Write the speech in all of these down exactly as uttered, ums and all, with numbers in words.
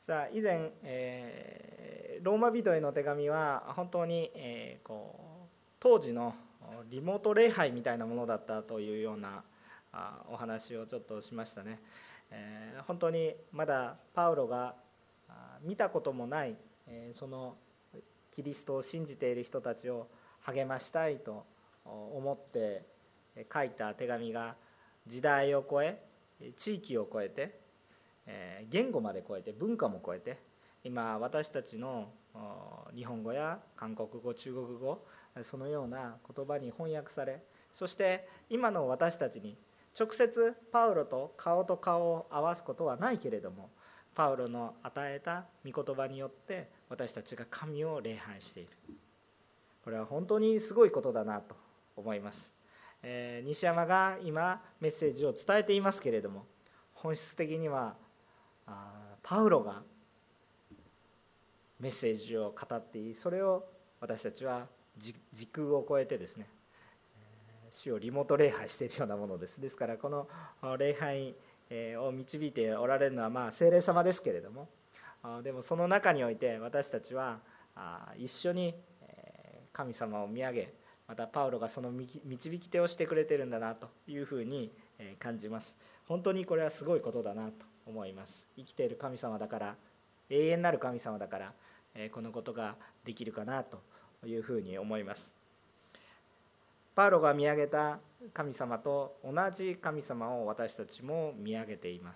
さあ以前、えー、ローマ人への手紙は本当に、えー、こう当時のリモート礼拝みたいなものだったというようなあお話をちょっとしましたね。えー、本当にまだパウロが見たこともない、えー、そのキリストを信じている人たちを励ましたいと思って書いた手紙が時代を超え地域を超えて言語まで超えて文化も超えて今私たちの日本語や韓国語中国語そのような言葉に翻訳され、そして今の私たちに直接パウロと顔と顔を合わすことはないけれども、パウロの与えた御言葉によって私たちが神を礼拝している。これは本当にすごいことだなと思います。えー、西山が今メッセージを伝えていますけれども、本質的にはパウロがメッセージを語っていい、それを私たちは時空を超えてですね、主をリモート礼拝しているようなものです。ですからこの礼拝を導いておられるのはまあ聖霊様ですけれども、でもその中において私たちは一緒に神様を見上げ、またパウロがその導き手をしてくれてるんだなというふうに感じます。本当にこれはすごいことだなと思います。生きている神様だから、永遠なる神様だからこのことができるかなというふうに思います。パウロが見上げた神様と同じ神様を私たちも見上げています。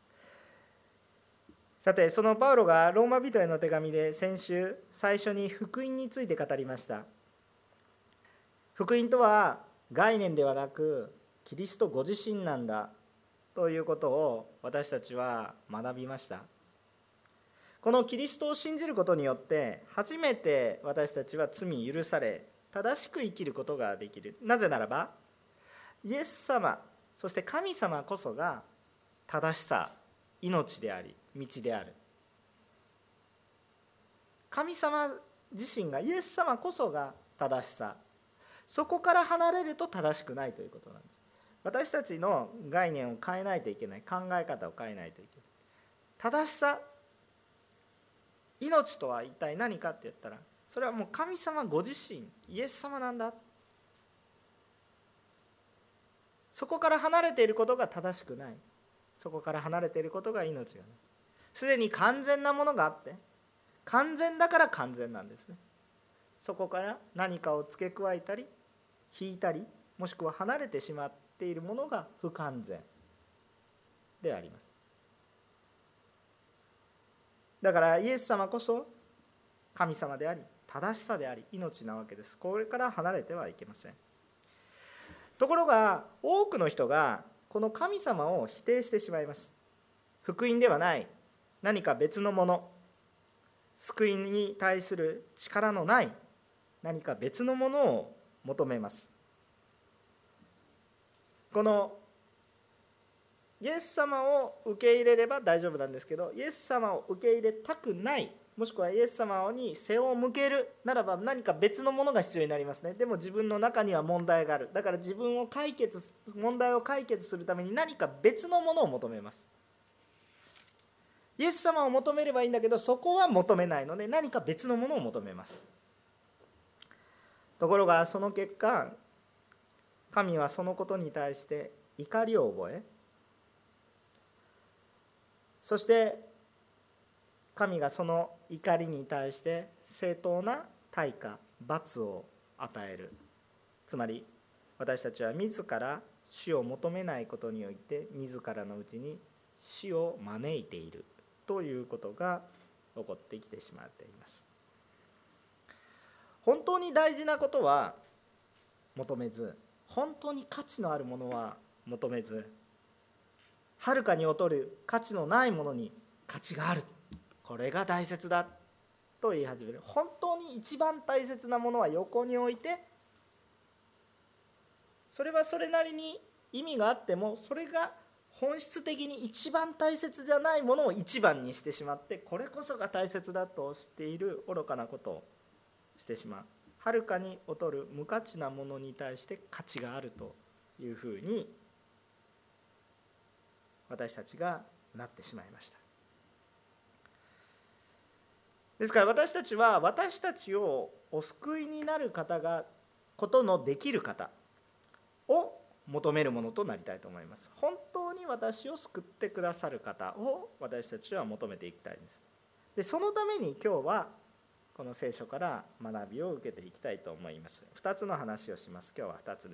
さて、そのパウロがローマ人への手紙で先週最初に福音について語りました。福音とは概念ではなくキリストご自身なんだということを私たちは学びました。このキリストを信じることによって初めて私たちは罪許され正しく生きることができる。なぜならばイエス様、そして神様こそが正しさ、命であり道である。神様自身が、イエス様こそが正しさ、そこから離れると正しくないということなんです。私たちの概念を変えないといけない、考え方を変えないといけない。正しさ、命とは一体何かって言ったら、それはもう神様ご自身、イエス様なんだ。そこから離れていることが正しくない。そこから離れていることが命がない。すでに完全なものがあって、完全だから完全なんですね。そこから何かを付け加えたり引いたり、もしくは離れてしまっているものが不完全であります。だからイエス様こそ神様であり正しさであり命なわけです。これから離れてはいけません。ところが多くの人がこの神様を否定してしまいます。福音ではない何か別のもの、救いに対する力のない何か別のものを求めます。このイエス様を受け入れれば大丈夫なんですけど、イエス様を受け入れたくない、もしくはイエス様に背を向けるならば何か別のものが必要になりますね。でも自分の中には問題がある。だから自分を解決、問題を解決するために何か別のものを求めます。イエス様を求めればいいんだけど、そこは求めないので何か別のものを求めます。ところがその結果、神はそのことに対して怒りを覚え、そして神がその怒りに対して正当な対価、罰を与える。つまり私たちは自ら死を求めないことにおいて自らのうちに死を招いているということが起こってきてしまっています。本当に大事なことは求めず、本当に価値のあるものは求めず、はるかに劣る価値のないものに価値がある、これが大切だと言い始める。本当に一番大切なものは横に置いて、それはそれなりに意味があっても、それが本質的に一番大切じゃないものを一番にしてしまって、これこそが大切だと知っている愚かなことをしてしまう。はるかに劣る無価値なものに対して価値があるというふうに私たちがなってしまいました。 ですから私たちは私たちをお救いになる方がことのできる方を求めるものとなりたいと思います。本当に私を救ってくださる方を私たちは求めていきたいんです。でそのために今日はこの聖書から学びを受けていきたいと思います。ふたつの話をします。今日はふたつです。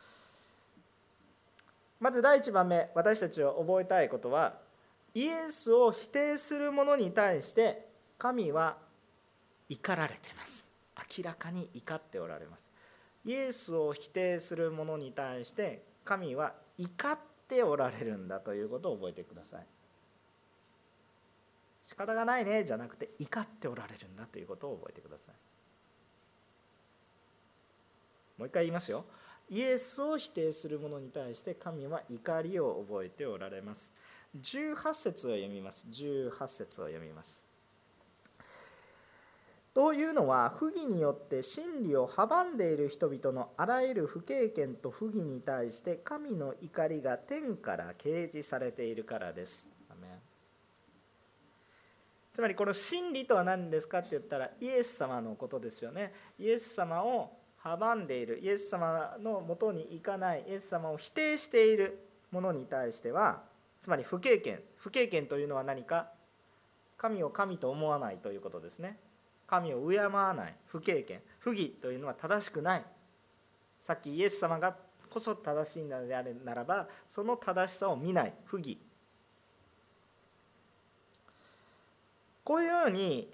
まず第一番目、私たちは覚えたいことは、イエスを否定する者に対して神は怒られています。明らかに怒っておられます。イエスを否定する者に対して神は怒っておられるんだということを覚えてください。仕方がないねじゃなくて、怒っておられるんだということを覚えてください。もう一回言いますよ。イエスを否定する者に対して神は怒りを覚えておられます。じゅうはち節を読みます。じゅうはち節を読みます。というのは、不義によって真理を阻んでいる人々のあらゆる不敬虔と不義に対して神の怒りが天から掲示されているからです。アメン。つまりこの真理とは何ですかって言ったら、イエス様のことですよね。イエス様を阻んでいる、イエス様のもとに行かない、イエス様を否定している者に対しては、つまり不敬虔。不敬虔というのは何か、神を神と思わないということですね。神を敬わない、不敬虔。不義というのは正しくない。さっきイエス様がこそ正しいのであるならば、その正しさを見ない、不義。こういうように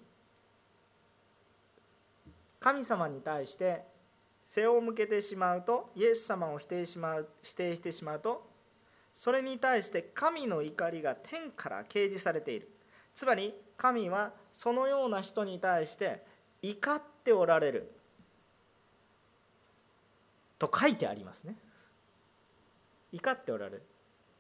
神様に対して背を向けてしまうと、イエス様を否定しまう、否定してしまうと、それに対して神の怒りが天から掲示されている。つまり神はそのような人に対して怒っておられると書いてありますね。怒っておられる。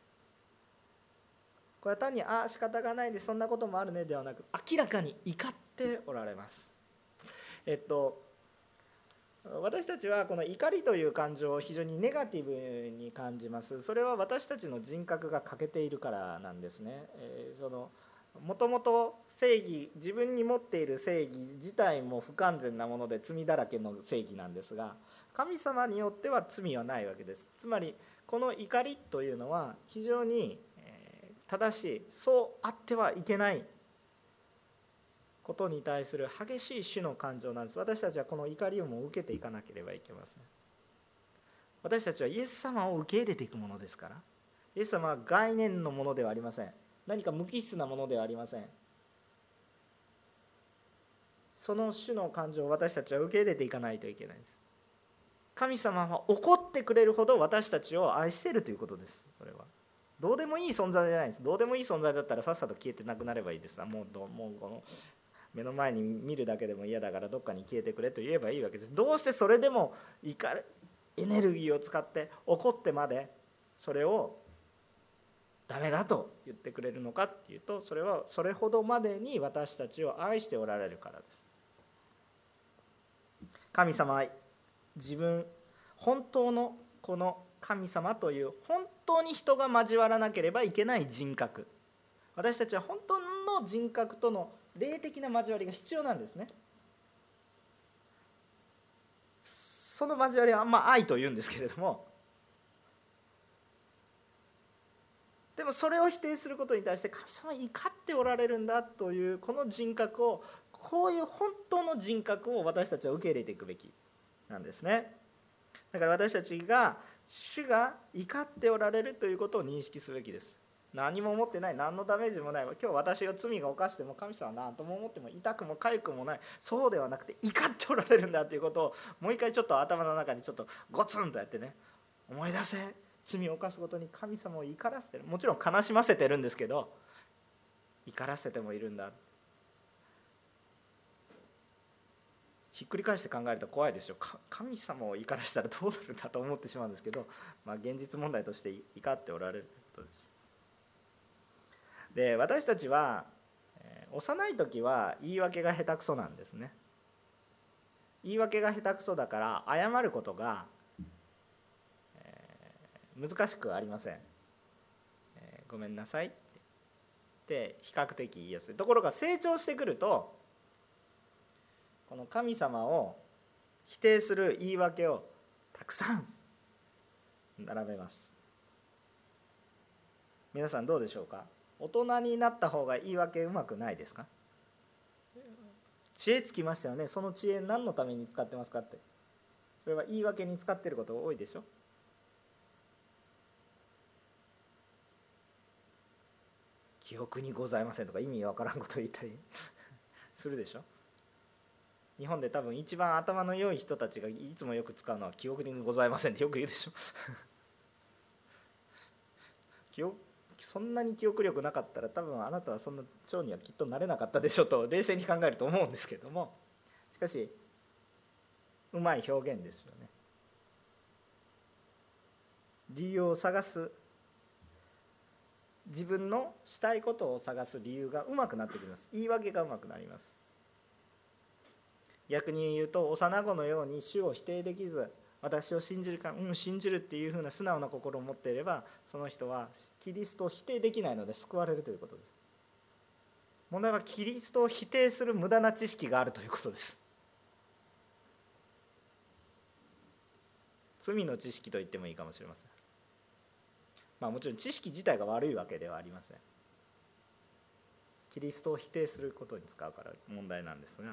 これは単にああ仕方がないでそんなこともあるねではなく、明らかに怒っておられます。えっと私たちはこの怒りという感情を非常にネガティブに感じます。それは私たちの人格が欠けているからなんですね。えー、そのもともと正義、自分に持っている正義自体も不完全なもので罪だらけの正義なんですが、神様によっては罪はないわけです。つまりこの怒りというのは非常に正しい、そうあってはいけないことに対する激しい種の感情なんです。私たちはこの怒りをも受けていかなければいけません。私たちはイエス様を受け入れていくものですから。イエス様は概念のものではありません。何か無機質なものではありません。その種の感情を私たちは受け入れていかないといけないんです。神様は怒ってくれるほど私たちを愛しているということです。これはどうでもいい存在じゃないです。どうでもいい存在だったらさっさと消えてなくなればいいです。もうどもうこの目の前に見るだけでも嫌だからどっかに消えてくれと言えばいいわけです。どうしてそれでも怒るエネルギーを使って怒ってまでそれをダメだと言ってくれるのかっていうと、それはそれほどまでに私たちを愛しておられるからです。神様は自分、本当のこの神様という本当に人が交わらなければいけない人格、私たちは本当の人格との霊的な交わりが必要なんですね。その交わりはまあ愛というんですけれども、でもそれを否定することに対して神様は怒っておられるんだというこの人格を、こういう本当の人格を私たちは受け入れていくべきなんですね。だから私たちが主が怒っておられるということを認識すべきです。何も思ってない、何のダメージもない、今日私が罪が犯しても神様は何とも思っても痛くも痒くもない、そうではなくて怒っておられるんだということをもう一回ちょっと頭の中にちょっとゴツンとやってね、思い出せ。罪を犯すごとに神様を怒らせてる、もちろん悲しませてるんですけど、怒らせてもいるんだ。ひっくり返して考えると怖いですよ。神様を怒らせたらどうなるんだと思ってしまうんですけど、まあ、現実問題として怒っておられるということです。で、私たちは、えー、幼い時は言い訳が下手くそなんですね。言い訳が下手くそだから謝ることが、えー、難しくありません。えー、ごめんなさいって比較的言いやすい。ところが成長してくるとこの神様を否定する言い訳をたくさん並べます。皆さんどうでしょうか。大人になった方が言い訳うまくないですか。知恵つきましたよね。その知恵何のために使ってますかって。それは言い訳に使っていることが多いでしょ。記憶にございませんとか意味わからんことを言ったりするでしょ。日本で多分一番頭の良い人たちがいつもよく使うのは記憶にございませんってよく言うでしょ記憶そんなに記憶力なかったら多分あなたはそんな長にはきっとなれなかったでしょと冷静に考えると思うんですけれども、しかしうまい表現ですよね。理由を探す、自分のしたいことを探す理由がうまくなってきます。言い訳がうまくなります。逆に言うと幼子のように主を否定できず、私を信じるか、うん信じるっていうふうな素直な心を持っていれば、その人はキリストを否定できないので救われるということです。問題はキリストを否定する無駄な知識があるということです。罪の知識と言ってもいいかもしれません。まあもちろん知識自体が悪いわけではありません。キリストを否定することに使うから問題なんですが、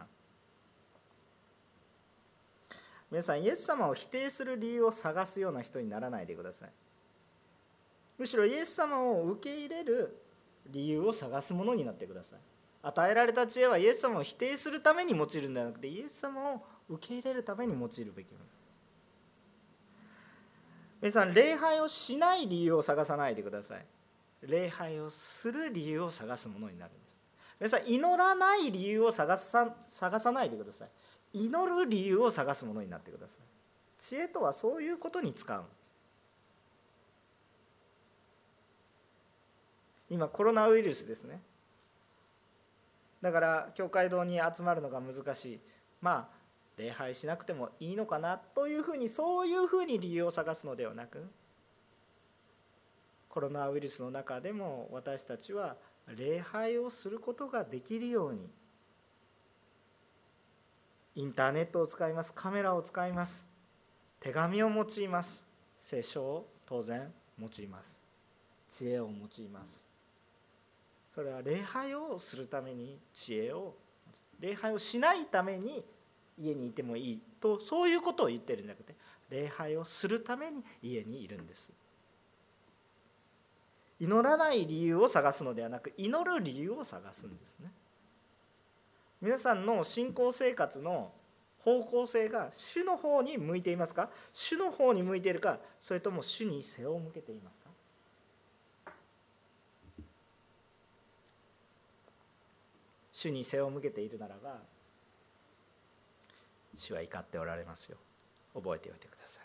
皆さんイエス様を否定する理由を探すような人にならないでください。むしろイエス様を受け入れる理由を探すものになってください。与えられた知恵はイエス様を否定するために用いるんではなくて、イエス様を受け入れるために用いるべきなんです。皆さん礼拝をしない理由を探さないでください。礼拝をする理由を探すものになるんです。皆さん祈らない理由を探さ、探さないでください。祈る理由を探すものになってください。知恵とはそういうことに使う。今コロナウイルスですね。だから教会堂に集まるのが難しい、まあ礼拝しなくてもいいのかなというふうに、そういうふうに理由を探すのではなく、コロナウイルスの中でも私たちは礼拝をすることができるように、インターネットを使います、カメラを使います、手紙を用います、聖書を当然用います、知恵を用います。それは礼拝をするために知恵を、礼拝をしないために家にいてもいいと、そういうことを言ってるんじゃなくて、礼拝をするために家にいるんです。祈らない理由を探すのではなく、祈る理由を探すんですね。皆さんの信仰生活の方向性が主の方に向いていますか。主の方に向いているか、それとも主に背を向けていますか。主に背を向けているならば、主は怒っておられますよ。覚えておいてください。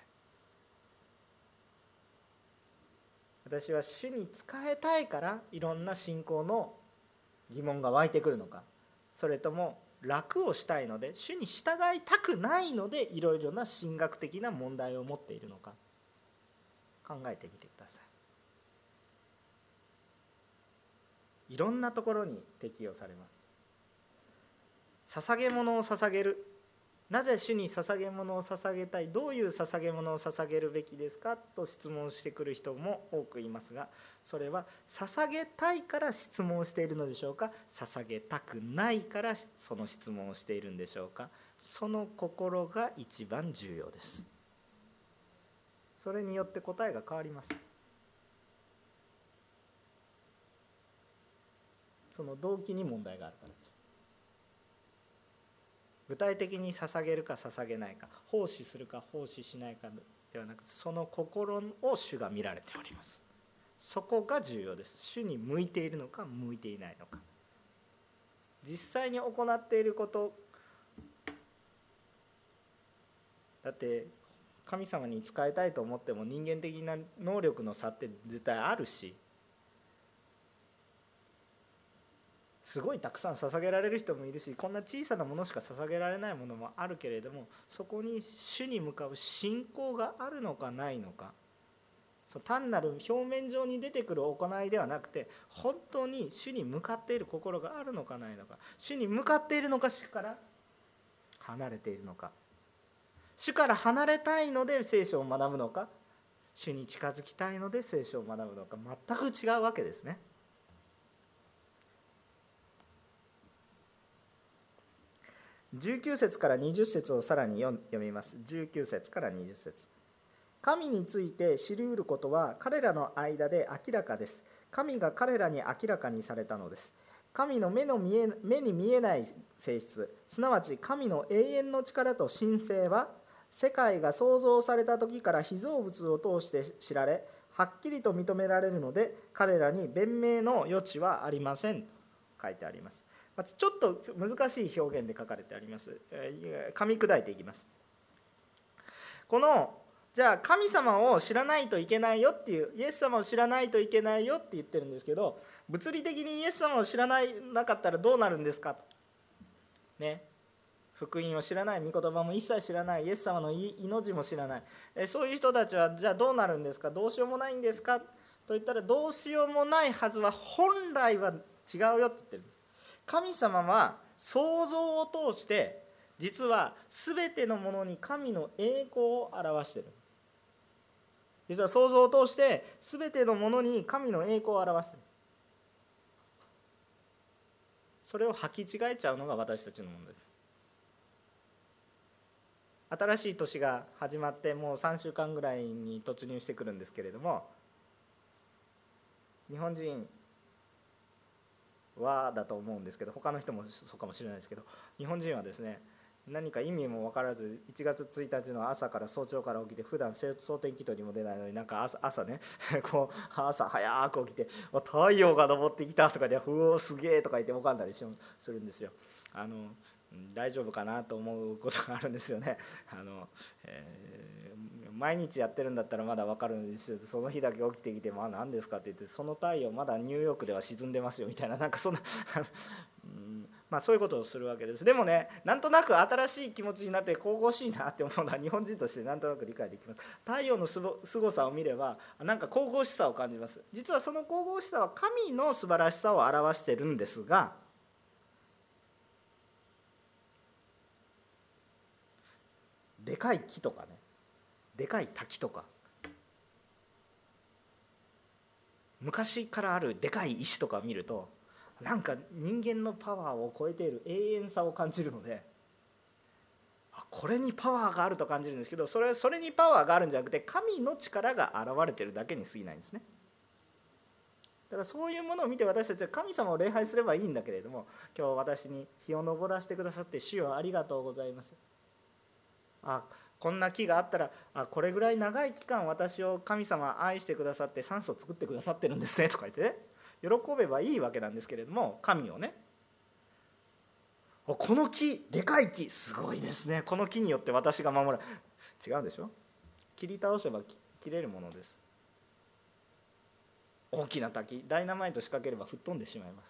私は主に仕えたいからいろんな信仰の疑問が湧いてくるのか、それとも楽をしたいので主に従いたくないのでいろいろな神学的な問題を持っているのか、考えてみてください。いろんなところに適用されます。捧げ物を捧げる、なぜ主に捧げ物を捧げたい、どういう捧げ物を捧げるべきですかと質問してくる人も多くいますが、それは捧げたいから質問しているのでしょうか、捧げたくないからその質問をしているんでしょうか。その心が一番重要です。それによって答えが変わります。その動機に問題があるからです。具体的に捧げるか捧げないか、奉仕するか奉仕しないかではなく、その心を主が見られております。そこが重要です。主に向いているのか向いていないのか、実際に行っていること、だって神様に仕えたいと思っても人間的な能力の差って絶対あるし、すごいたくさん捧げられる人もいるし、こんな小さなものしか捧げられないものもあるけれども、そこに主に向かう信仰があるのかないのか、そう単なる表面上に出てくる行いではなくて、本当に主に向かっている心があるのかないのか。主に向かっているのかしから離れているのか、主から離れたいので聖書を学ぶのか、主に近づきたいので聖書を学ぶのか、全く違うわけですね。じゅうきゅう節からにじゅう節をさらに読みます。じゅうきゅう節からにじゅう節。神について知り得ることは彼らの間で明らかです。神が彼らに明らかにされたのです。神の目の見え目に見えない性質、すなわち神の永遠の力と神性は、世界が創造された時から被造物を通して知られ、はっきりと認められるので、彼らに弁明の余地はありませんと書いてあります。ちょっと難しい表現で書かれてあります。噛み砕いていきます。このじゃあ神様を知らないといけないよっていう、イエス様を知らないといけないよって言ってるんですけど、物理的にイエス様を知らないなかったらどうなるんですかと、ね、福音を知らない、御言葉も一切知らない、イエス様の命も知らない、えそういう人たちはじゃあどうなるんですか、どうしようもないんですかと言ったら、どうしようもないはずは本来は違うよって言ってる。神様は創造を通して実は全てのものに神の栄光を表している。実は創造を通して全てのものに神の栄光を表している。それを履き違えちゃうのが私たちのものです。新しい年が始まってもうさんしゅうかんぐらいに突入してくるんですけれども、日本人はだと思うんですけど、他の人もそうかもしれないですけど、日本人はですね、何か意味も分からずいちがつついたちの朝から早朝から起きて、普段蒼天祈祷にも出ないのに、なんか 朝, 朝ねこう朝早く起きて太陽が昇ってきたとかで、うおすげえとか言って拝んだりするんですよ。あの大丈夫かなと思うことがあるんですよね。あの、えー、毎日やってるんだったらまだ分かるんですよ。その日だけ起きてきて、まあ何ですかって言って、その太陽まだニューヨークでは沈んでますよみたいな、なんかそんなうんまあそういうことをするわけです。でもね、なんとなく新しい気持ちになって神々しいなって思うのは日本人としてなんとなく理解できます。太陽のすごさを見ればなんか神々しさを感じます。実はその神々しさは神の素晴らしさを表しているんですが、でかい木とかね、でかい滝とか、昔からあるでかい石とかを見ると、なんか人間のパワーを超えている永遠さを感じるので、これにパワーがあると感じるんですけど、それそれにパワーがあるんじゃなくて、神の力が現れているだけに過ぎないんですね。だからそういうものを見て、私たちは神様を礼拝すればいいんだけれども、今日私に日を昇らせてくださって主よありがとうございます、あこんな木があったら、あこれぐらい長い期間私を神様愛してくださって酸素を作ってくださってるんですねとか言ってね、喜べばいいわけなんですけれども、神をね、この木でかい木すごいですね、この木によって私が守る、違うでしょ。切り倒せば切れるものです。大きな滝、ダイナマイト仕掛ければ吹っ飛んでしまいます。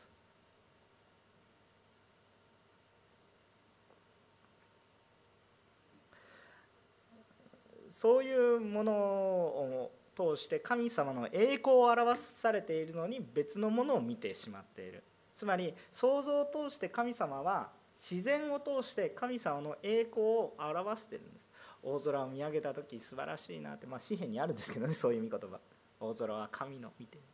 そういうものを通して神様の栄光を表されているのに、別のものを見てしまっている。つまり創造を通して神様は、自然を通して神様の栄光を表しているんです。大空を見上げた時素晴らしいなって、まあ詩篇にあるんですけどね、そういう見言葉、大空は神の見ている。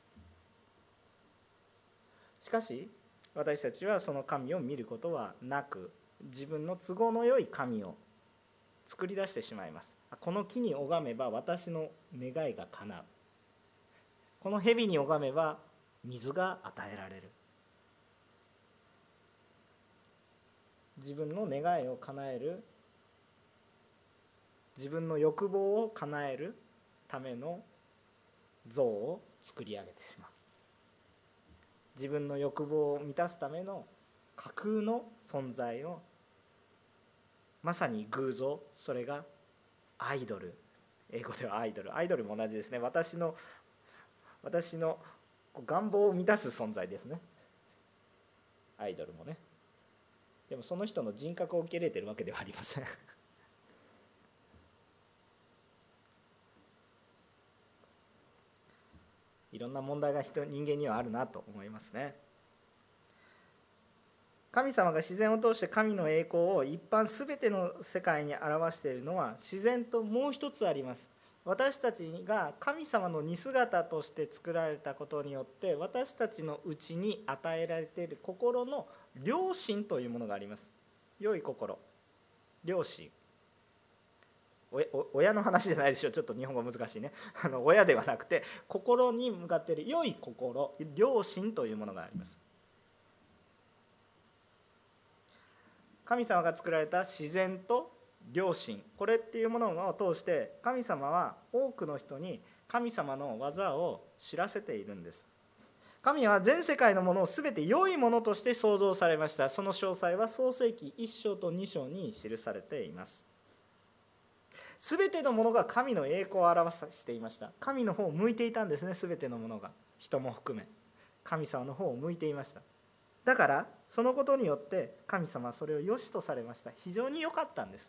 しかし私たちはその神を見ることはなく、自分の都合のよい神を作り出してしまいます。この木に拝めば私の願いが叶う、この蛇に拝めば水が与えられる。自分の願いを叶える、自分の欲望を叶えるための像を作り上げてしまう。自分の欲望を満たすための架空の存在を、まさに偶像、それがアイドル、英語ではアイドル、アイドルも同じですね。私の私の願望を満たす存在ですね、アイドルもね。でもその人の人格を受け入れているわけではありませんいろんな問題が人人間にはあるなと思いますね。 神様が自然を通して神の栄光を一般すべての世界に表しているのは自然ともう一つあります。私たちが神様の似姿として作られたことによって私たちのうちに与えられている心の良心というものがあります。良い心、良心、親の話じゃないでしょ、ちょっと日本語難しいね。あの親ではなくて心に向かっている良い心、良心というものがあります。神様が作られた自然と良心、これっていうものを通して神様は多くの人に神様の技を知らせているんです。神は全世界のものを全て良いものとして創造されました。その詳細は創世記いっ章とに章に記されています。全てのものが神の栄光を表していました。神の方を向いていたんですね。全てのものが、人も含め神様の方を向いていました。だからそのことによって神様はそれを良しとされました。非常に良かったんです。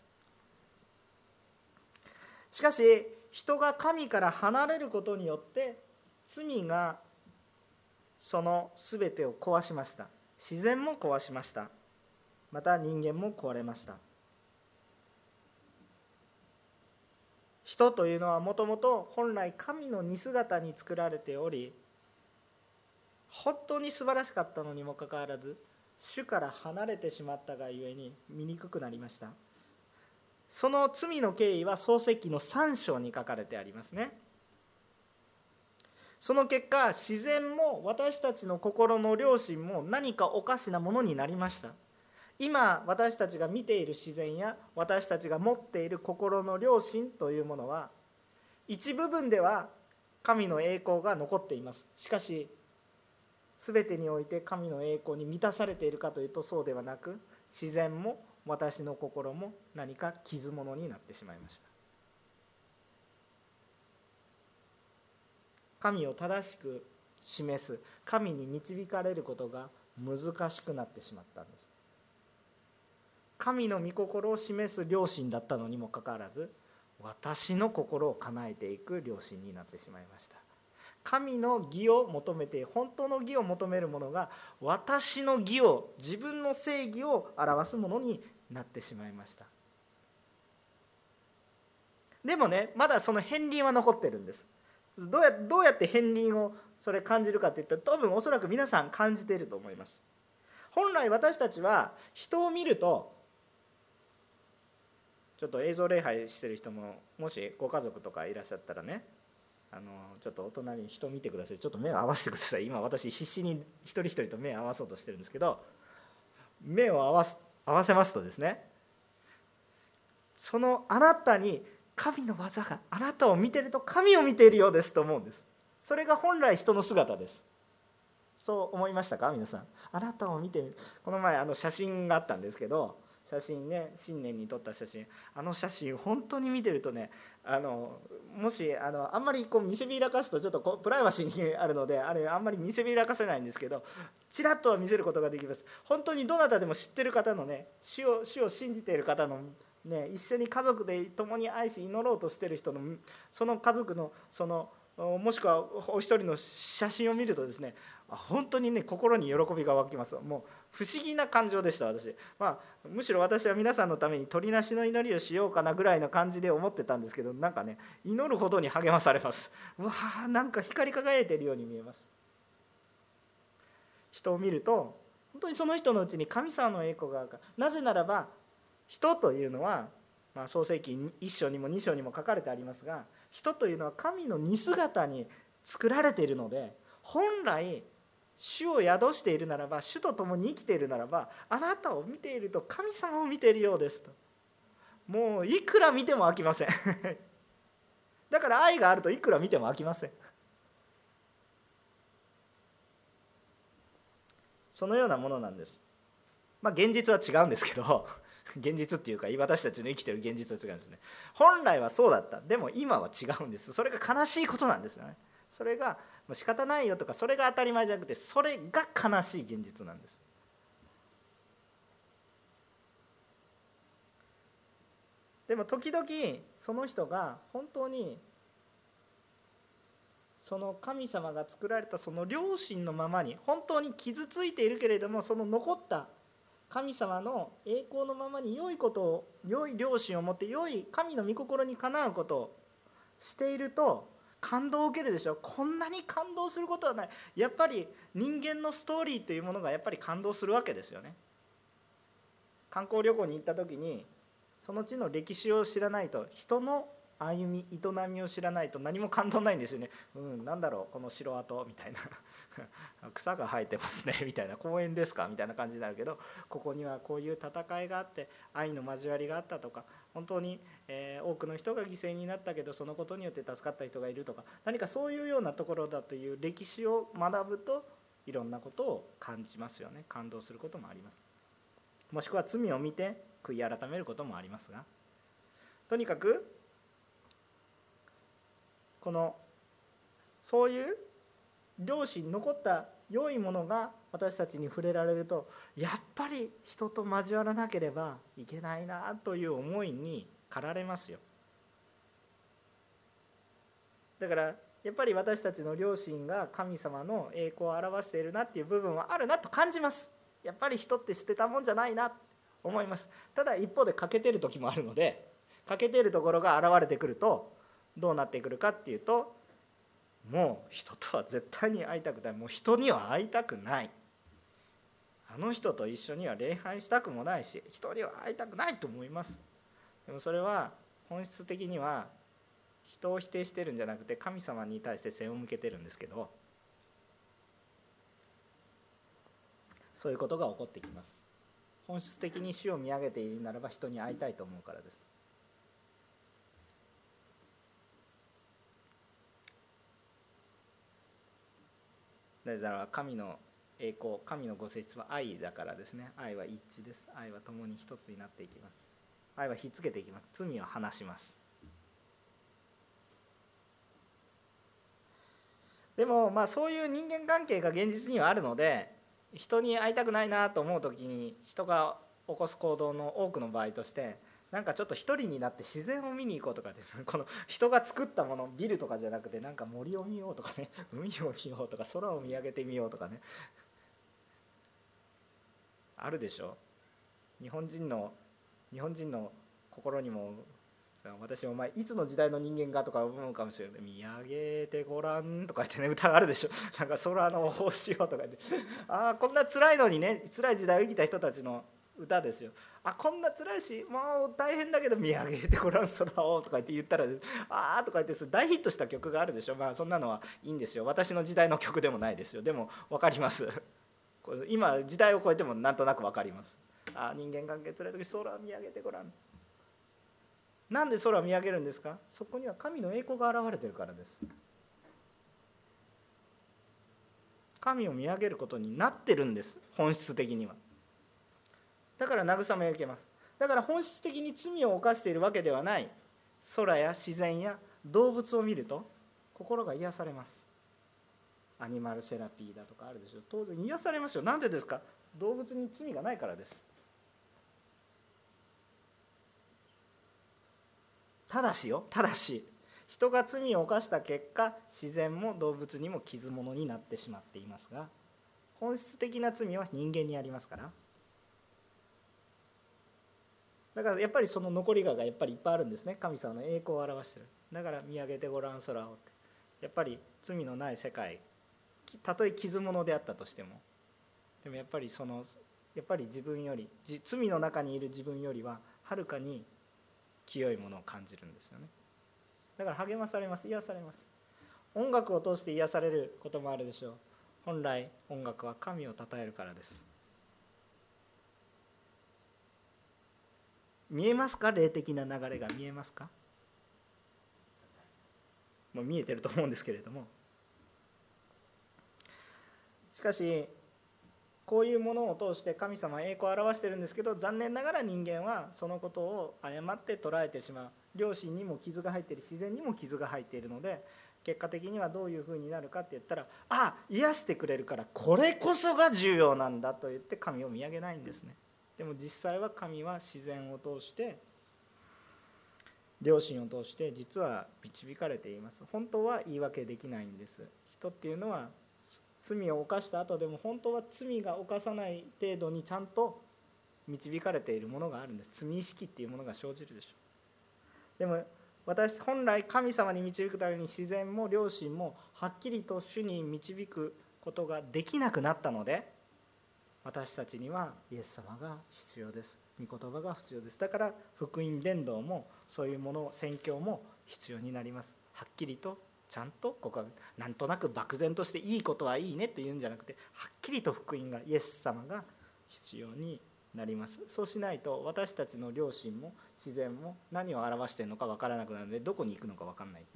しかし人が神から離れることによって罪がその全てを壊しました。自然も壊しました。また人間も壊れました。人というのはもともと本来神の似姿に作られており、本当に素晴らしかったのにもかかわらず主から離れてしまったがゆえに醜くなりました。その罪の経緯は創世記のさん章に書かれてありますね。その結果、自然も私たちの心の良心も何かおかしなものになりました。今私たちが見ている自然や私たちが持っている心の良心というものは一部分では神の栄光が残っています。しかし全てにおいて神の栄光に満たされているかというとそうではなく、自然も私の心も何か傷物になってしまいました。神を正しく示す、神に導かれることが難しくなってしまったんです。神の御心を示す良心だったのにもかかわらず、私の心を叶えていく良心になってしまいました。神の義を求めて、本当の義を求めるものが私の義を、自分の正義を表すものになってしまいました。でもね、まだその片鱗は残ってるんです。どうや、どうやって片鱗をそれ感じるかっていったら、多分おそらく皆さん感じていると思います。本来私たちは人を見ると、ちょっと映像礼拝してる人ももしご家族とかいらっしゃったらね、あのちょっとお隣に人見てください。ちょっと目を合わせてください。今私必死に一人一人と目を合わそうとしてるんですけど、目を合わす合わせますとですね、そのあなたに神の技が、あなたを見てると神を見ているようですと思うんです。それが本来人の姿です。そう思いましたか皆さん。あなたを見てみる。この前あの写真があったんですけど、写真ね、新年に撮った写真、あの写真本当に見てるとね、あのもしあのあんまりこう見せびらかすとちょっとこうプライバシーにあるので、あれあんまり見せびらかせないんですけど、ちらっとは見せることができます。本当にどなたでも知ってる方のね、主を主を信じている方のね、一緒に家族で共に愛し祈ろうとしている人のその家族のそのもしくはお一人の写真を見るとですね、本当にね心に喜びが湧きます。もう不思議な感情でした。私、まあ、むしろ私は皆さんのために鳥なしの祈りをしようかなぐらいの感じで思ってたんですけど、なんかね祈るほどに励まされます。うわー、なんか光り輝いているように見えます。人を見ると本当にその人のうちに神様の栄光があるから。なぜならば人というのは、まあ、創世記いっ章にもに章にも書かれてありますが、人というのは神の似姿に作られているので、本来主を宿しているならば、主と共に生きているならば、あなたを見ていると神様を見ているようですと。もういくら見ても飽きませんだから愛があるといくら見ても飽きません。そのようなものなんです。まあ現実は違うんですけど現実っていうか私たちの生きてる現実は違うんですね。本来はそうだった。でも今は違うんです。それが悲しいことなんですよね。それがもう仕方ないよとか、それが当たり前じゃなくて、それが悲しい現実なんです。でも時々その人が本当にその神様が作られたその良心のままに本当に傷ついているけれども、その残った神様の栄光のままに良いことを、良い良心を持って良い神の御心にかなうことをしていると感動を受けるでしょ。こんなに感動することはない。やっぱり人間のストーリーというものがやっぱり感動するわけですよね。観光旅行に行った時にその地の歴史を知らないと、人の歩み営みを知らないと何も感動ないんですよね。うん、なんだろうこの城跡みたいな草が生えてますねみたいな、公園ですかみたいな感じになるけど、ここにはこういう戦いがあって愛の交わりがあったとか、本当に、えー、多くの人が犠牲になったけどそのことによって助かった人がいるとか、何かそういうようなところだという歴史を学ぶといろんなことを感じますよね。感動することもあります。もしくは罪を見て悔い改めることもありますが、とにかくこのそういう良心残った良いものが私たちに触れられると、やっぱり人と交わらなければいけないなという思いに駆られますよ。だからやっぱり私たちの良心が神様の栄光を表しているなっていう部分はあるなと感じます。やっぱり人って捨てたもんじゃないなと思います。ただ一方で欠けてる時もあるので、欠けてるところが現れてくるとどうなってくるかっていうと、もう人とは絶対に会いたくない、もう人には会いたくない、あの人と一緒には礼拝したくもないし人には会いたくないと思います。でもそれは本質的には人を否定してるんじゃなくて神様に対して背を向けてるんですけど、そういうことが起こってきます。本質的に主を見上げているならば人に会いたいと思うからです。なぜなら神の栄光、神のご性質は愛だからですね。愛は一致です。愛は共に一つになっていきます。愛はひっつけていきます。罪を離します。でもまあそういう人間関係が現実にはあるので、人に会いたくないなと思う時に人が起こす行動の多くの場合として、なんかちょっと一人になって自然を見に行こうとかですね、この人が作ったもの、ビルとかじゃなくてなんか森を見ようとかね、海を見ようとか空を見上げてみようとかね、あるでしょ。日本人の日本人の心にも、私お前いつの時代の人間かとか思うかもしれない。見上げてごらんとか言ってね、歌があるでしょ。なんか空の星をとか言って、ああこんな辛いのにね、辛い時代を生きた人たちの歌ですよ。あこんな辛いしもう大変だけど見上げてごらん空をとか言って言ったら、ああとか言って大ヒットした曲があるでしょ。まあそんなのはいいんですよ。私の時代の曲でもないですよ。でも分かります。今時代を超えてもなんとなく分かります。あ人間関係辛い時空を見上げてごらん。なんで空を見上げるんですか。そこには神の栄光が現れているからです。神を見上げることになってるんです、本質的には。だから慰めを受けます。だから本質的に罪を犯しているわけではない空や自然や動物を見ると心が癒されます。アニマルセラピーだとかあるでしょ。当然癒されますよ。なんでですか。動物に罪がないからです。ただしよ、ただし人が罪を犯した結果、自然も動物にも傷物になってしまっていますが、本質的な罪は人間にありますから。だからやっぱりその残りががやっぱりいっぱいあるんですね。神様の栄光を表している。だから見上げてごらん空をって、やっぱり罪のない世界、たとえ傷物であったとしても、でもやっぱりそのやっぱり自分より、罪の中にいる自分よりははるかに清いものを感じるんですよね。だから励まされます。癒されます。音楽を通して癒されることもあるでしょう。本来音楽は神を称えるからです。見えますか。霊的な流れが見えますか。もう見えてると思うんですけれども、しかしこういうものを通して神様は栄光を表しているんですけど、残念ながら人間はそのことを誤って捉えてしまう。良心にも傷が入っている、自然にも傷が入っているので、結果的にはどういうふうになるかって言ったら、あ癒してくれるからこれこそが重要なんだと言って神を見上げないんですね。でも実際は神は自然を通して、良心を通して実は導かれています。本当は言い訳できないんです。人っていうのは罪を犯した後でも本当は罪が犯さない程度にちゃんと導かれているものがあるんです。罪意識っていうものが生じるでしょう。でも私本来神様に導くために自然も良心もはっきりと主に導くことができなくなったので、私たちにはイエス様が必要です。御言葉が必要です。だから福音伝道もそういうもの、宣教も必要になります。はっきりとちゃんとここはなんとなく漠然としていいことはいいねというんじゃなくて、はっきりと福音がイエス様が必要になります。そうしないと私たちの良心も自然も何を表しているのか分からなくなるので、どこに行くのか分からない。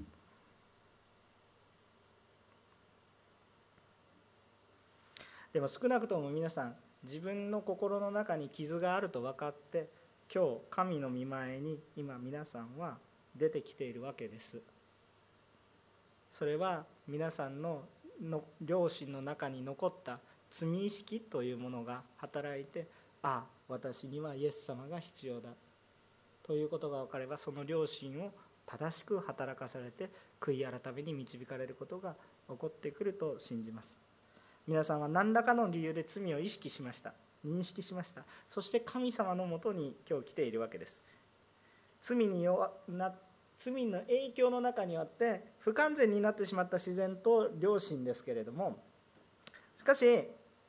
でも少なくとも皆さん、自分の心の中に傷があると分かって、今日神の御前に今皆さんは出てきているわけです。それは皆さんのの良心の中に残った罪意識というものが働いて、ああ私にはイエス様が必要だということが分かれば、その良心を正しく働かされて悔い改めに導かれることが起こってくると信じます。皆さんは何らかの理由で罪を意識しました、認識しました。そして神様のもとに今日来ているわけです。罪に弱な罪の影響の中にあって不完全になってしまった自然と良心ですけれども、しかし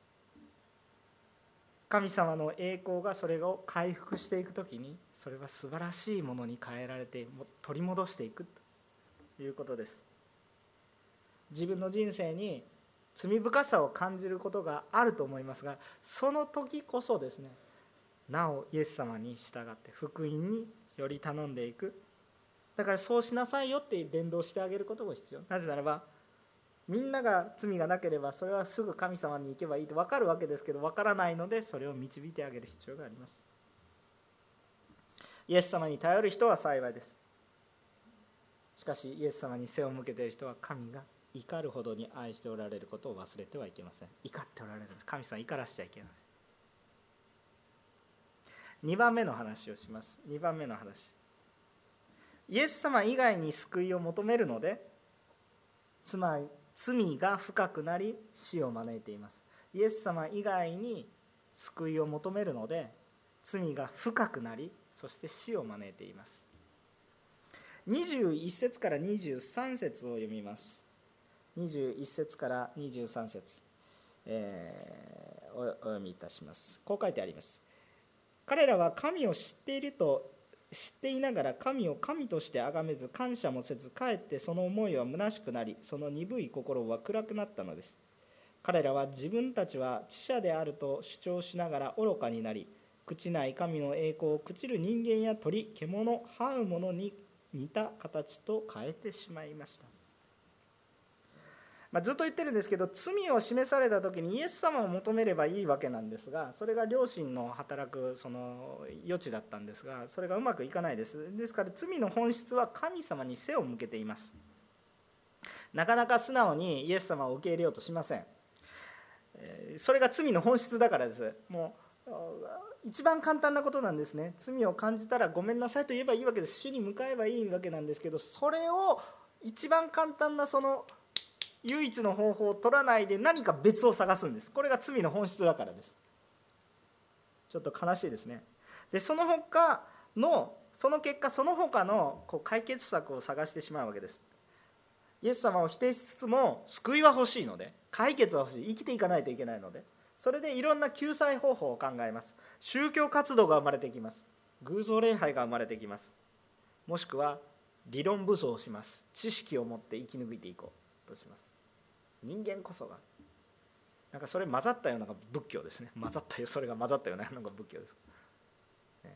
神様の栄光がそれを回復していくときに、それは素晴らしいものに変えられて取り戻していくということです。自分の人生に罪深さを感じることがあると思いますが、その時こそですね、なおイエス様に従って福音により頼んでいく。だからそうしなさいよって伝道してあげることも必要。なぜならばみんなが罪がなければそれはすぐ神様に行けばいいと分かるわけですけど、分からないのでそれを導いてあげる必要があります。イエス様に頼る人は幸いです。しかしイエス様に背を向けている人は神が怒るほどに愛しておられることを忘れてはいけません。怒っておられる。神様怒らしちゃいけない。にばんめの話をします。にばんめの話、イエス様以外に救いを求めるので、つまり罪が深くなり死を招いています。イエス様以外に救いを求めるので罪が深くなり、そして死を招いています。にじゅういっ節からにじゅうさん節を読みます。にじゅういっ節からにじゅうさん節、えー、お読みいたします。こう書いてあります。彼らは神を知っていると知っていながら神を神として崇めず感謝もせず、かえってその思いは虚しくなり、その鈍い心は暗くなったのです。彼らは自分たちは知者であると主張しながら愚かになり、朽ちない神の栄光を朽ちる人間や鳥、獣、這うものに似た形と変えてしまいました。まあ、ずっと言ってるんですけど、罪を示された時にイエス様を求めればいいわけなんですが、それが良心の働くその余地だったんですが、それがうまくいかないです。ですから罪の本質は神様に背を向けています。なかなか素直にイエス様を受け入れようとしません。それが罪の本質だからです。もう一番簡単なことなんですね。罪を感じたらごめんなさいと言えばいいわけです。主に向かえばいいわけなんですけど、それを一番簡単なその唯一の方法を取らないで何か別を探すんです。これが罪の本質だからです。ちょっと悲しいですね。でその他のその結果その他のこう解決策を探してしまうわけです。イエス様を否定しつつも救いは欲しいので、解決は欲しい、生きていかないといけないので、それでいろんな救済方法を考えます。宗教活動が生まれてきます。偶像礼拝が生まれてきます。もしくは理論武装をします。知識を持って生き抜いていこうとします。人間こそがなんかそれ混ざったようなのが仏教ですね。混ざったよそれが混ざったようなのが仏教です、ね。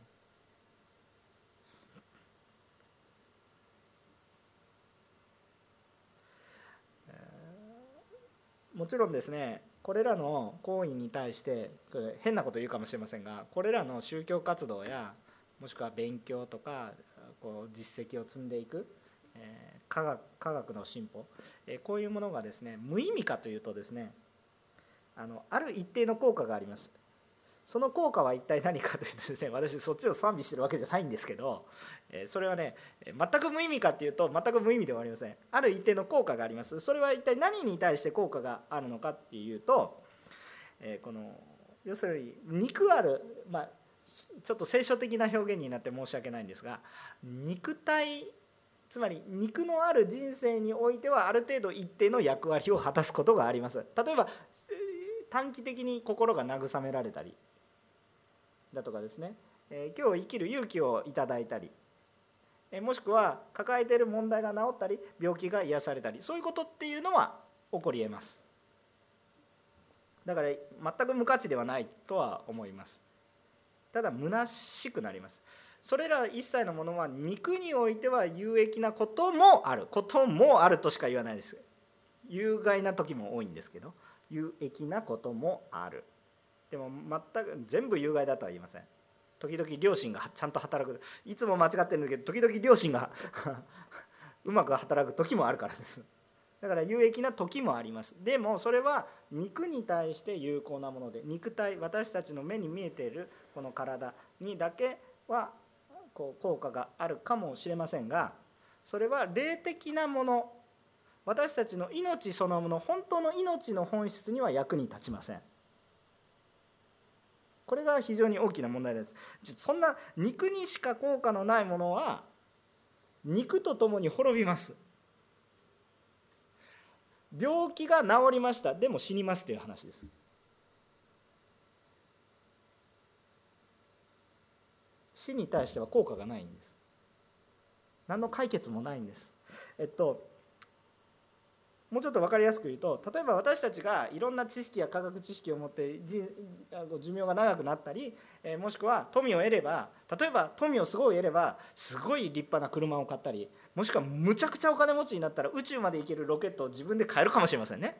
もちろんですね、これらの行為に対して変なこと言うかもしれませんが、これらの宗教活動やもしくは勉強とかこう実績を積んでいく科学、科学の進歩、こういうものがですね無意味かというとですね、あのある一定の効果があります。その効果は一体何かというとですね、私そっちを賛美してるわけじゃないんですけど、それはね全く無意味かというと全く無意味ではありません。ある一定の効果があります。それは一体何に対して効果があるのかっていうと、この要するに肉ある、まあちょっと聖書的な表現になって申し訳ないんですが、肉体、つまり肉のある人生においてはある程度一定の役割を果たすことがあります。例えば短期的に心が慰められたりだとかですね、えー、今日生きる勇気をいただいたり、えー、もしくは抱えている問題が治ったり病気が癒されたり、そういうことっていうのは起こり得ます。だから全く無価値ではないとは思います。ただ虚しくなります。それら一切のものは肉においては有益なこともあることもあるとしか言わないです。有害な時も多いんですけど、有益なこともある。でも全く全部有害だとは言いません。時々良心がちゃんと働く、いつも間違ってるんだけど時々良心がうまく働く時もあるからです。だから有益な時もあります。でもそれは肉に対して有効なもので、肉体、私たちの目に見えているこの体にだけはこう効果があるかもしれませんが、それは霊的なもの、私たちの命そのもの、本当の命の本質には役に立ちません。これが非常に大きな問題です。そんな肉にしか効果のないものは肉とともに滅びます。病気が治りました、でも死にますという話です。死に対しては効果がないんです。何の解決もないんです。えっともうちょっと分かりやすく言うと、例えば私たちがいろんな知識や科学知識を持って寿命が長くなったり、もしくは富を得れば、例えば富をすごい得ればすごい立派な車を買ったり、もしくはむちゃくちゃお金持ちになったら宇宙まで行けるロケットを自分で買えるかもしれませんね。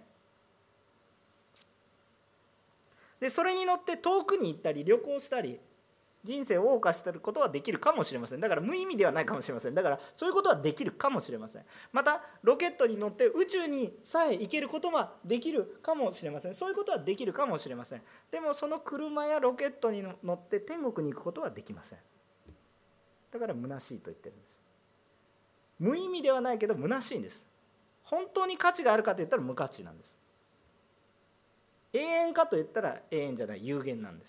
でそれに乗って遠くに行ったり旅行したり人生を謳歌していることはできるかもしれません。だから無意味ではないかもしれません。だからそういうことはできるかもしれません。またロケットに乗って宇宙にさえ行けることはできるかもしれません。そういうことはできるかもしれません。でもその車やロケットに乗って天国に行くことはできません。だから虚しいと言ってるんです。無意味ではないけど虚しいんです。本当に価値があるかと言ったら無価値なんです。永遠かと言ったら永遠じゃない、有限なんです。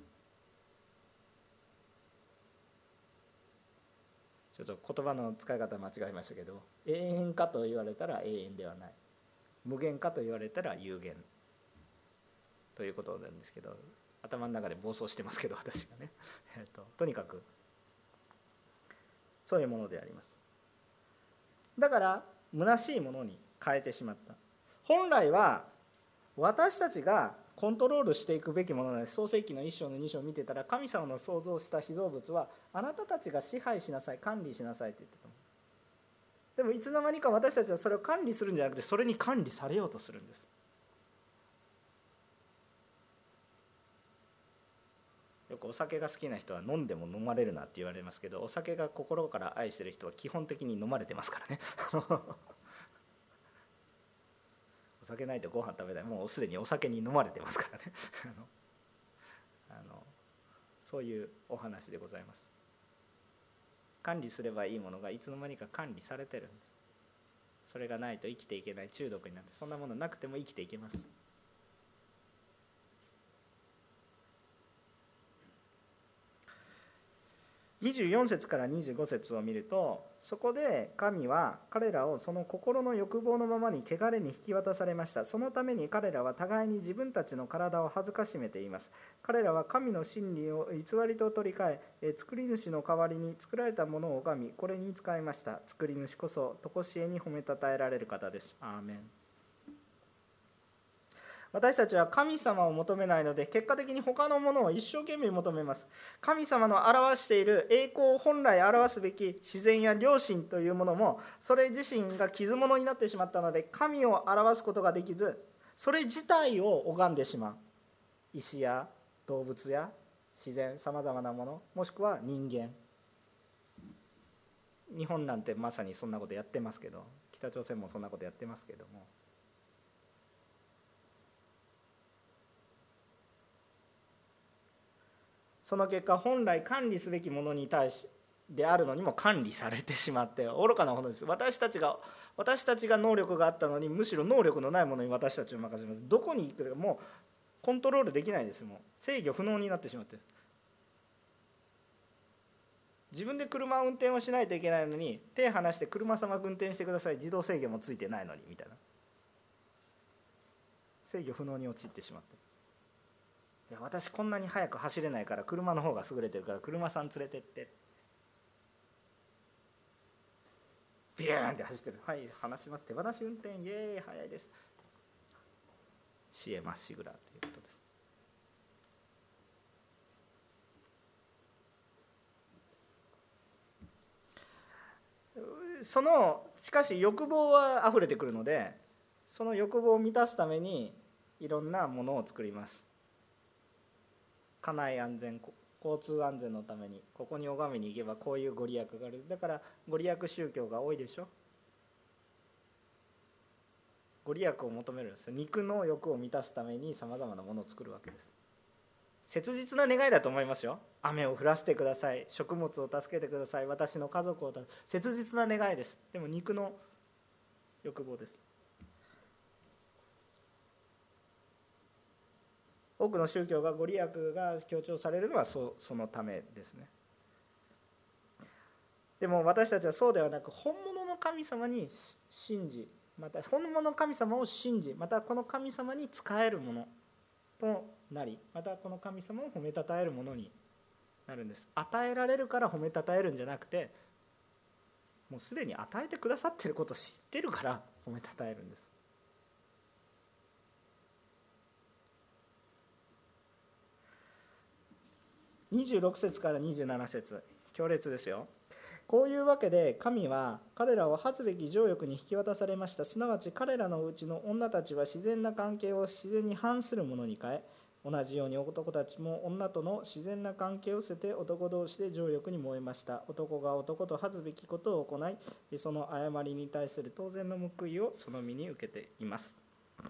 ちょっと言葉の使い方間違えましたけど、永遠かと言われたら永遠ではない、無限かと言われたら有限ということなんですけど、頭の中で暴走してますけど私がねえっととにかくそういうものであります。だから虚しいものに変えてしまった。本来は私たちがコントロールしていくべきものなんです。創世記のいっ章のに章を見てたら、神様の創造した被造物はあなたたちが支配しなさい、管理しなさいと言ってた。でもいつの間にか私たちはそれを管理するんじゃなくて、それに管理されようとするんです。よくお酒が好きな人は飲んでも飲まれるなって言われますけど、お酒が心から愛している人は基本的に飲まれてますからねお酒ないとご飯食べない、もうすでにお酒に飲まれてますからねあのあのそういうお話でございます。管理すればいいものがいつの間にか管理されてるんです。それがないと生きていけない、中毒になって、そんなものなくても生きていけます。にじゅうよん節からにじゅうご節を見ると、そこで神は彼らをその心の欲望のままに汚れに引き渡されました。そのために彼らは互いに自分たちの体を恥ずかしめています。彼らは神の真理を偽りと取り替え、作り主の代わりに作られたものを拝み、これに使いました。作り主こそ常しえに褒めたたえられる方です。アーメン。私たちは神様を求めないので、結果的に他のものを一生懸命求めます。神様の表している栄光を本来表すべき自然や良心というものも、それ自身が傷物になってしまったので、神を表すことができず、それ自体を拝んでしまう。石や動物や自然、さまざまなもの、もしくは人間。日本なんてまさにそんなことやってますけど、北朝鮮もそんなことやってますけども、その結果、本来管理すべきものに対しであるのにも管理されてしまって愚かなものです。私たちが私たちが能力があったのに、むしろ能力のないものに私たちを任せます。どこに行くかもうコントロールできないです。もう制御不能になってしまっている。 自分で車を運転をしないといけないのに、手離して車様が運転してください、自動制御もついてないのにみたいな、制御不能に陥ってしまって、いや私こんなに速く走れないから車の方が優れてるから車さん連れてってビューンって走ってる、はい離します、手放し運転、イエーイ速いです、死へまっしぐらということです。そのしかし欲望はあふれてくるので、その欲望を満たすためにいろんなものを作ります。家内安全、交通安全のためにここに拝みに行けばこういうご利益がある、だからご利益宗教が多いでしょ。ご利益を求めるんですよ。肉の欲を満たすためにさまざまなものを作るわけです。切実な願いだと思いますよ。雨を降らせてください、食物を助けてください、私の家族を助け、切実な願いです。でも肉の欲望です。多くの宗教がご利益が強調されるのは そ, そのためですね。でも私たちはそうではなく、本物の神様に信じ、また本物の神様を信じ、またこの神様に仕えるものとなり、またこの神様を褒めたたえるものになるんです。与えられるから褒めたたえるんじゃなくて、もうすでに与えてくださっていることを知ってるから褒めたたえるんです。にじゅうろく節からにじゅうなな節、強烈ですよ。こういうわけで神は彼らを恥ずべき情欲に引き渡されました。すなわち彼らのうちの女たちは自然な関係を自然に反するものに変え、同じように男たちも女との自然な関係を捨てて男同士で情欲に燃えました。男が男と恥ずべきことを行い、その誤りに対する当然の報いをその身に受けています。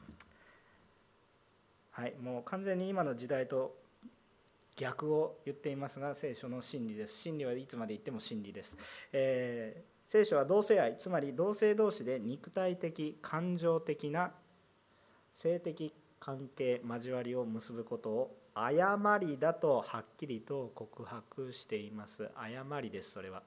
はい、もう完全に今の時代と逆を言っていますが、聖書の真理です。真理はいつまで言っても真理です。えー、聖書は同性愛、つまり同性同士で肉体的、感情的な性的関係、交わりを結ぶことを誤りだとはっきりと告白しています。誤りです、それは。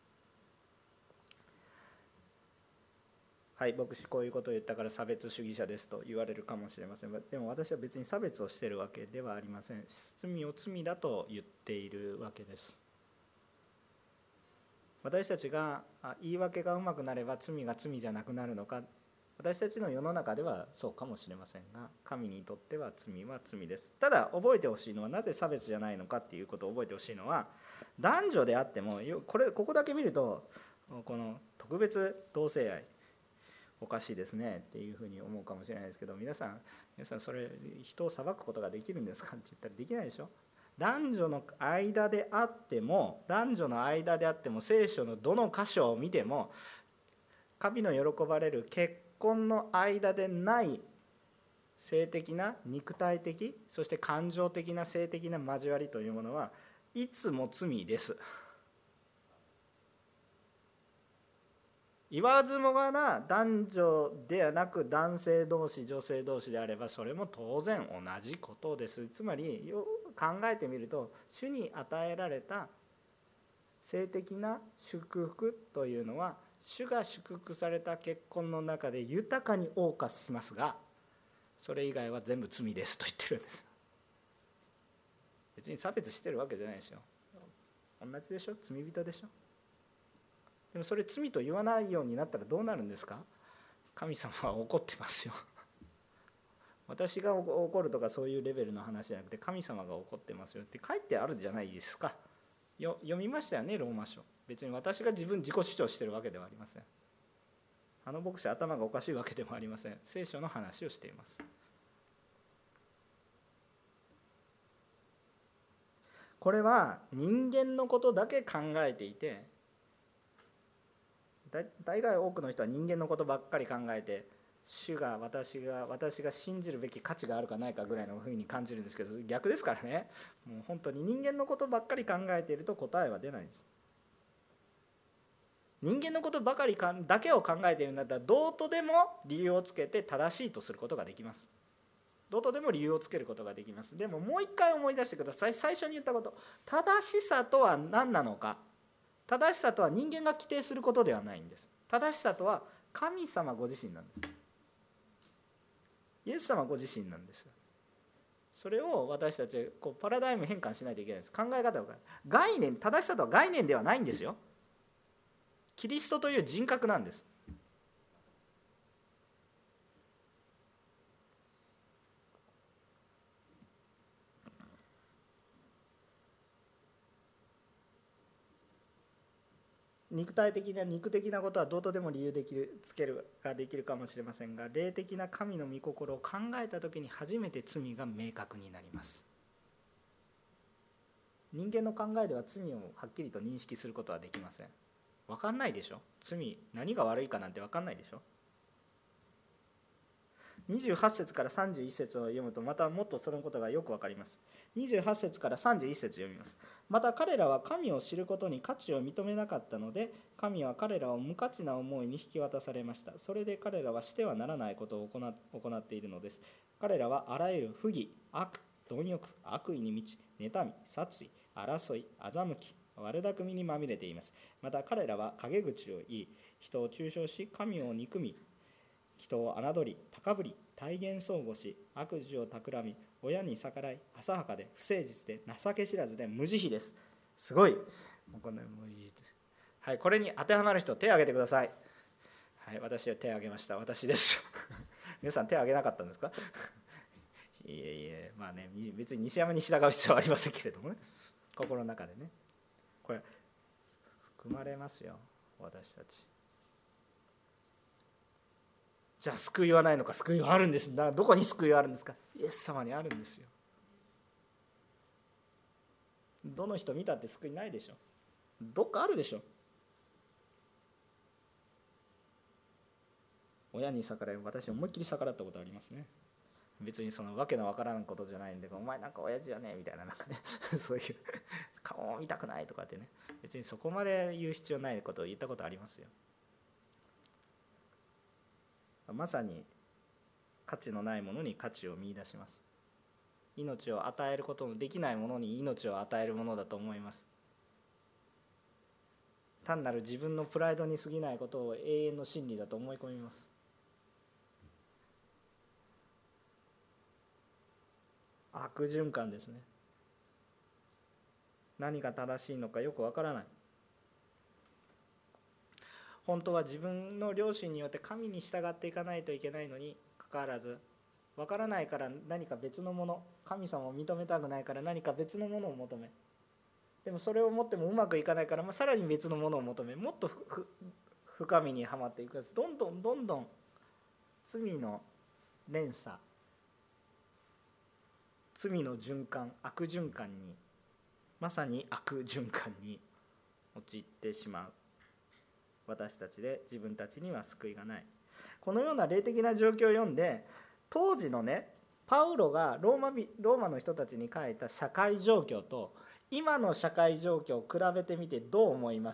はい、牧師こういうことを言ったから差別主義者ですと言われるかもしれません。でも私は別に差別をしているわけではありません。罪を罪だと言っているわけです。私たちが言い訳がうまくなれば罪が罪じゃなくなるのか、私たちの世の中ではそうかもしれませんが、神にとっては罪は罪です。ただ覚えてほしいのは、なぜ差別じゃないのかっていうことを覚えてほしいのは、男女であってもこれここだけ見ると、この特別同性愛おかしいですねっていうふうに思うかもしれないですけど、皆さん皆さんそれ人を裁くことができるんですかって言ったらできないでしょ。男女の間であっても男女の間であっても聖書のどの箇所を見ても、神の喜ばれる結婚の間でない性的な肉体的、そして感情的な性的な交わりというものはいつも罪です。言わずもがな男女ではなく男性同士女性同士であればそれも当然同じことです。つまり考えてみると、主に与えられた性的な祝福というのは主が祝福された結婚の中で豊かに謳歌しますが、それ以外は全部罪ですと言ってるんです。別に差別してるわけじゃないですよ。同じでしょ、罪人でしょ。でもそれ罪と言わないようになったらどうなるんですか。神様は怒ってますよ。私が怒るとかそういうレベルの話じゃなくて、神様が怒ってますよって書いてあるじゃないですか。よ読みましたよね、ローマ書。別に私が自分自己主張してるわけではありません。あの牧師頭がおかしいわけでもありません。聖書の話をしています。これは人間のことだけ考えていて、大概多くの人は人間のことばっかり考えて、主が私が私が信じるべき価値があるかないかぐらいのふうに感じるんですけど、逆ですからね。もう本当に人間のことばっかり考えていると答えは出ないんです。人間のことばかりかだけを考えているんだったら、どうとでも理由をつけて正しいとすることができます。どうとでも理由をつけることができます。でももう一回思い出してください。最初に言ったこと、正しさとは何なのか。 正しさとは人間が規定することではないんです。正しさとは神様ご自身なんです。イエス様ご自身なんです。それを私たちこうパラダイム変換しないといけないです。考え方が概念、正しさとは概念ではないんですよ。キリストという人格なんです。肉体的な肉的なことはどうとでも理由できるつけるができるかもしれませんが、霊的な神の御心を考えたときに初めて罪が明確になります。人間の考えでは罪をはっきりと認識することはできません。分かんないでしょ。罪何が悪いかなんて分かんないでしょ。にじゅうはち節からさんじゅういち節を読むとまたもっとそのことがよく分かります。にじゅうはち節からさんじゅういち節読みます。また彼らは神を知ることに価値を認めなかったので、神は彼らを無価値な思いに引き渡されました。それで彼らはしてはならないことを行っているのです。彼らはあらゆる不義、悪、貪欲、悪意に満ち、妬み、殺意、争い、欺き、悪巧みにまみれています。また彼らは陰口を言い、人を中傷し、神を憎み、人を侮り、高ぶり、体言相互し、悪事を企み、親に逆らい、浅はかで、不誠実で、情け知らずで、無慈悲です。すごい。もうこのもういいはい、これに当てはまる人、手を挙げてください。はい、私は手を挙げました。私です。皆さん手を挙げなかったんですか？いえいえ、まあね、別に西山に従う必要はありませんけれどもね。心の中でね。これ、含まれますよ、私たち。じゃあ救いはないのか。救いはあるんです。どこに救いはあるんですか？イエス様にあるんですよ。どの人見たって救いないでしょ。どっかあるでしょ。親に逆らい、私思いっきり逆らったことありますね。別にそのわけのわからんことじゃないんで、お前なんか親父じゃねえみたいな、なんかねそういう顔を見たくないとかってね、別にそこまで言う必要ないことを言ったことありますよ。まさに価値のないものに価値を見出します。命を与えることのできないものに命を与えるものだと思います。単なる自分のプライドに過ぎないことを永遠の真理だと思い込みます。悪循環ですね。何が正しいのかよくわからない。本当は自分の良心によって神に従っていかないといけないのにかかわらず、わからないから何か別のもの、神様を認めたくないから何か別のものを求め、でもそれを持ってもうまくいかないから、まあ、さらに別のものを求め、もっと深みにはまっていく。どんどんどんどん罪の連鎖、罪の循環、悪循環に、まさに悪循環に陥ってしまう私たちで、自分たちには救いがない。このような霊的な状況を読んで、当時のね、パウロがローマローマの人たちに書いた社会状況と今の社会状況を比べてみてどう思います？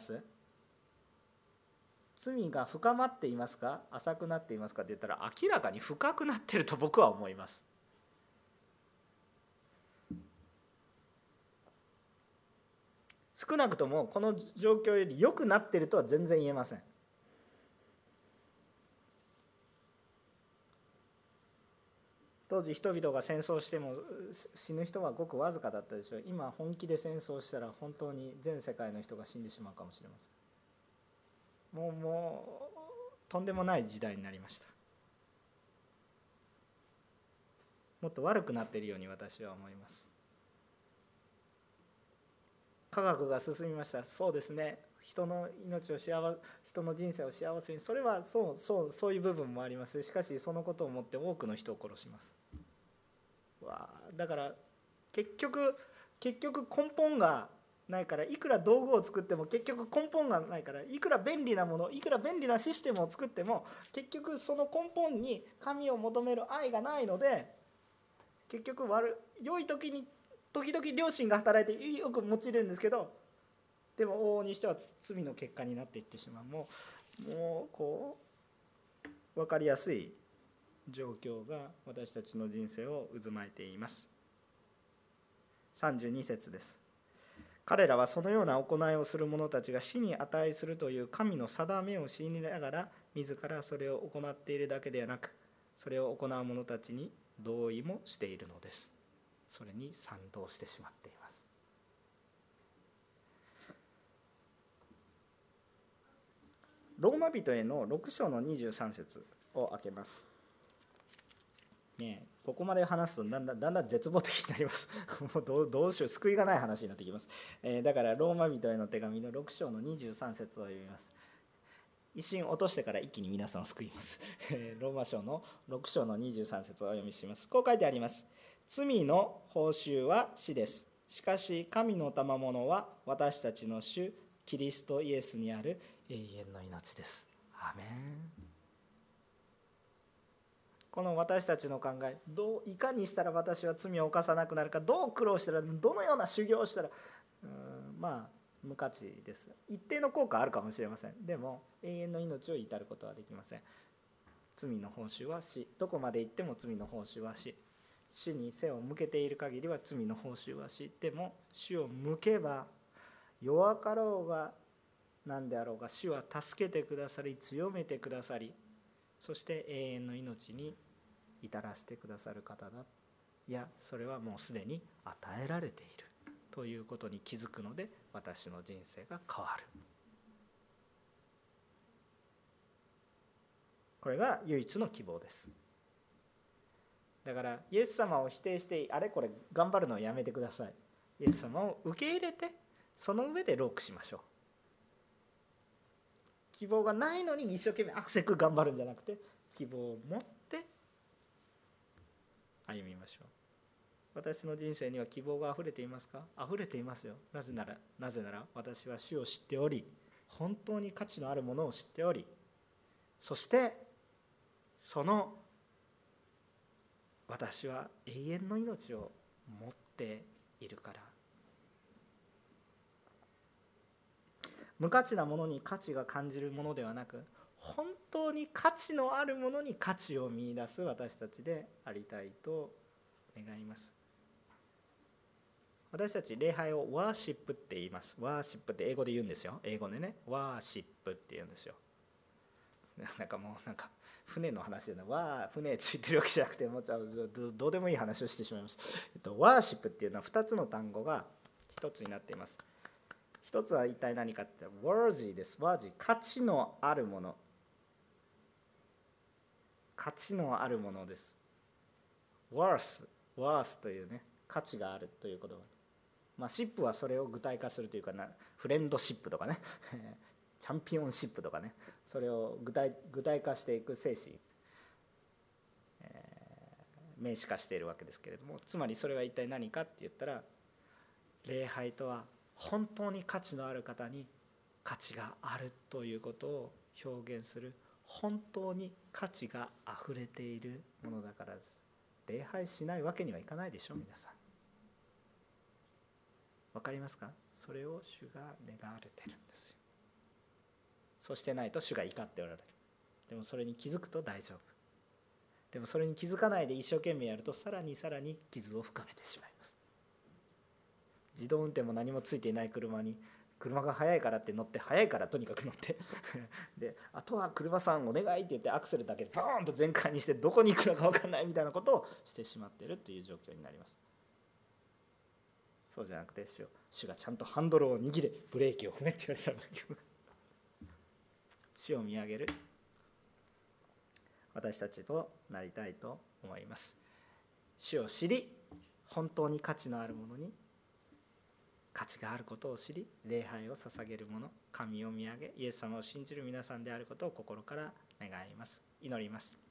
罪が深まっていますか、浅くなっていますかって言ったら、明らかに深くなっていると僕は思います。少なくともこの状況より良くなっているとは全然言えません。当時人々が戦争しても死ぬ人はごくわずかだったでしょう。今本気で戦争したら本当に全世界の人が死んでしまうかもしれません。もうもうとんでもない時代になりました。もっと悪くなっているように私は思います。科学が進みました。そうですね。人の命を幸せ、人の人生を幸せに、それはそうそうそういう部分もあります。しかしそのことをもって多くの人を殺します。わあ、だから結局結局根本がないから、いくら道具を作っても結局根本がないから、いくら便利なもの、いくら便利なシステムを作っても結局その根本に神を求める愛がないので、結局悪良い時に時々良心が働いてよく用いるんですけど、でも往々にしては罪の結果になっていってしまう。もうもうこう分かりやすい状況が私たちの人生を渦巻いています。さんじゅうに節です。 彼らはそのような行いをする者たちが死に値するという神の定めを知りながら、自らそれを行っているだけではなく、それを行う者たちに同意もしているのです。それに賛同してしまっています。ローマ人へのろく章のにじゅうさん節を開けます。ね、ここまで話すとだんだんだんだん絶望的になります。もうどう、どうしよう、救いがない話になってきます。えー、だからローマ人への手紙のろく章のにじゅうさん節を読みます。一瞬落としてから一気に皆さんを救います。ローマ書のろく章のにじゅうさん節をお読みします。こう書いてあります。罪の報酬は死です。しかし神の賜物は私たちの主キリストイエスにある永遠の命です。アーメン。この私たちの考え、どういかにしたら私は罪を犯さなくなるか、どう苦労したら、どのような修行をしたら、うーんまあ無価値です。一定の効果あるかもしれません。でも永遠の命を至ることはできません。罪の報酬は死。どこまで行っても罪の報酬は死。死に背を向けている限りは罪の報酬は死。でも死を向けば、弱かろうが何であろうが、主は助けてくださり、強めてくださり、そして永遠の命に至らせてくださる方だ。いや、それはもうすでに与えられているということに気づくので、私の人生が変わる。これが唯一の希望です。だからイエス様を否定してあれこれ頑張るのをやめてください。イエス様を受け入れて、その上でロックしましょう。希望がないのに一生懸命アクセク頑張るんじゃなくて、希望を持って歩みましょう。私の人生には希望があふれていますか？あふれていますよ。なぜなら、なぜなら私は主を知っており、本当に価値のあるものを知っており、そしてその私は永遠の命を持っているから。無価値なものに価値が感じるものではなく、本当に価値のあるものに価値を見出す私たちでありたいと願います。私たち礼拝をワーシップって言います。ワーシップって英語で言うんですよ。英語でね、ワーシップって言うんですよ。なんかもうなんか船の話じゃない、ワー船ついてるわけじゃなくて、もうちょっとどうでもいい話をしてしまいました。えっと、ワーシップっていうのはふたつの単語がひとつになっています。一つは一体何かって言ったら worthy です。worthy、価値のあるもの。価値のあるものです。worth、worth というね、価値があるという言葉。まあ、シップはそれを具体化するというかな、フレンドシップとかね、チャンピオンシップとかね、それを具体、具体化していく精神、えー、名詞化しているわけですけれども、つまりそれは一体何かって言ったら、礼拝とは本当に価値のある方に価値があるということを表現する、本当に価値があふれているものだからです。礼拝しないわけにはいかないでしょ、皆さん。わかりますか？それを主が願われてるんですよ。そうしてないと主が怒っておられる。でもそれに気づくと大丈夫。でもそれに気づかないで一生懸命やると、さらにさらに傷を深めてしまいます。自動運転も何もついていない車に、車が速いからって乗って、速いからとにかく乗ってで、あとは車さんお願いって言ってアクセルだけボーンと全開にして、どこに行くのか分からないみたいなことをしてしまっているという状況になります。そうじゃなくて、主主がちゃんとハンドルを握れ、ブレーキを踏めって言われたら主を見上げる私たちとなりたいと思います。主を知り、本当に価値のあるものに価値があることを知り、礼拝を捧げる者、神を見上げ、イエス様を信じる皆さんであることを心から願います。祈ります。